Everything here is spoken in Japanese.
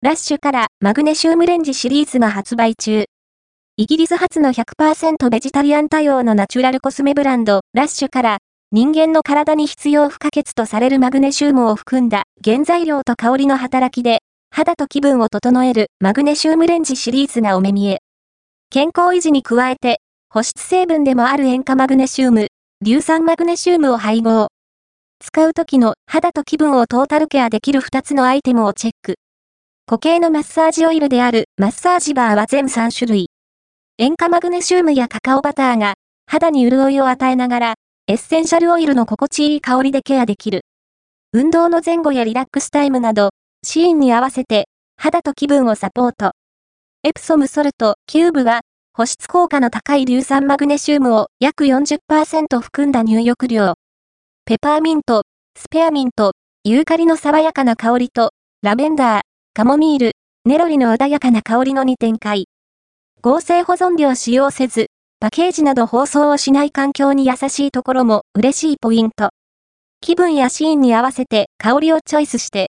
ラッシュからマグネシウムレンジシリーズが発売中。イギリス発の 100% ベジタリアン多様のナチュラルコスメブランド、ラッシュから人間の体に必要不可欠とされるマグネシウムを含んだ原材料と香りの働きで、肌と気分を整えるマグネシウムレンジシリーズがお目見え。健康維持に加えて、保湿成分でもある塩化マグネシウム、硫酸マグネシウムを配合。使う時の肌と気分をトータルケアできる2つのアイテムをチェック。固形のマッサージオイルであるマッサージバーは全3種類。塩化マグネシウムやカカオバターが肌に潤いを与えながら、エッセンシャルオイルの心地いい香りでケアできる。運動の前後やリラックスタイムなど、シーンに合わせて肌と気分をサポート。エプソムソルトキューブは保湿効果の高い硫酸マグネシウムを約 40% 含んだ入浴料。ペパーミント、スペアミント、ユーカリの爽やかな香りと、ラベンダー、カモミール、ネロリの穏やかな香りの2展開。合成保存料使用せず、パッケージなど包装をしない環境に優しいところも嬉しいポイント。気分やシーンに合わせて香りをチョイスして、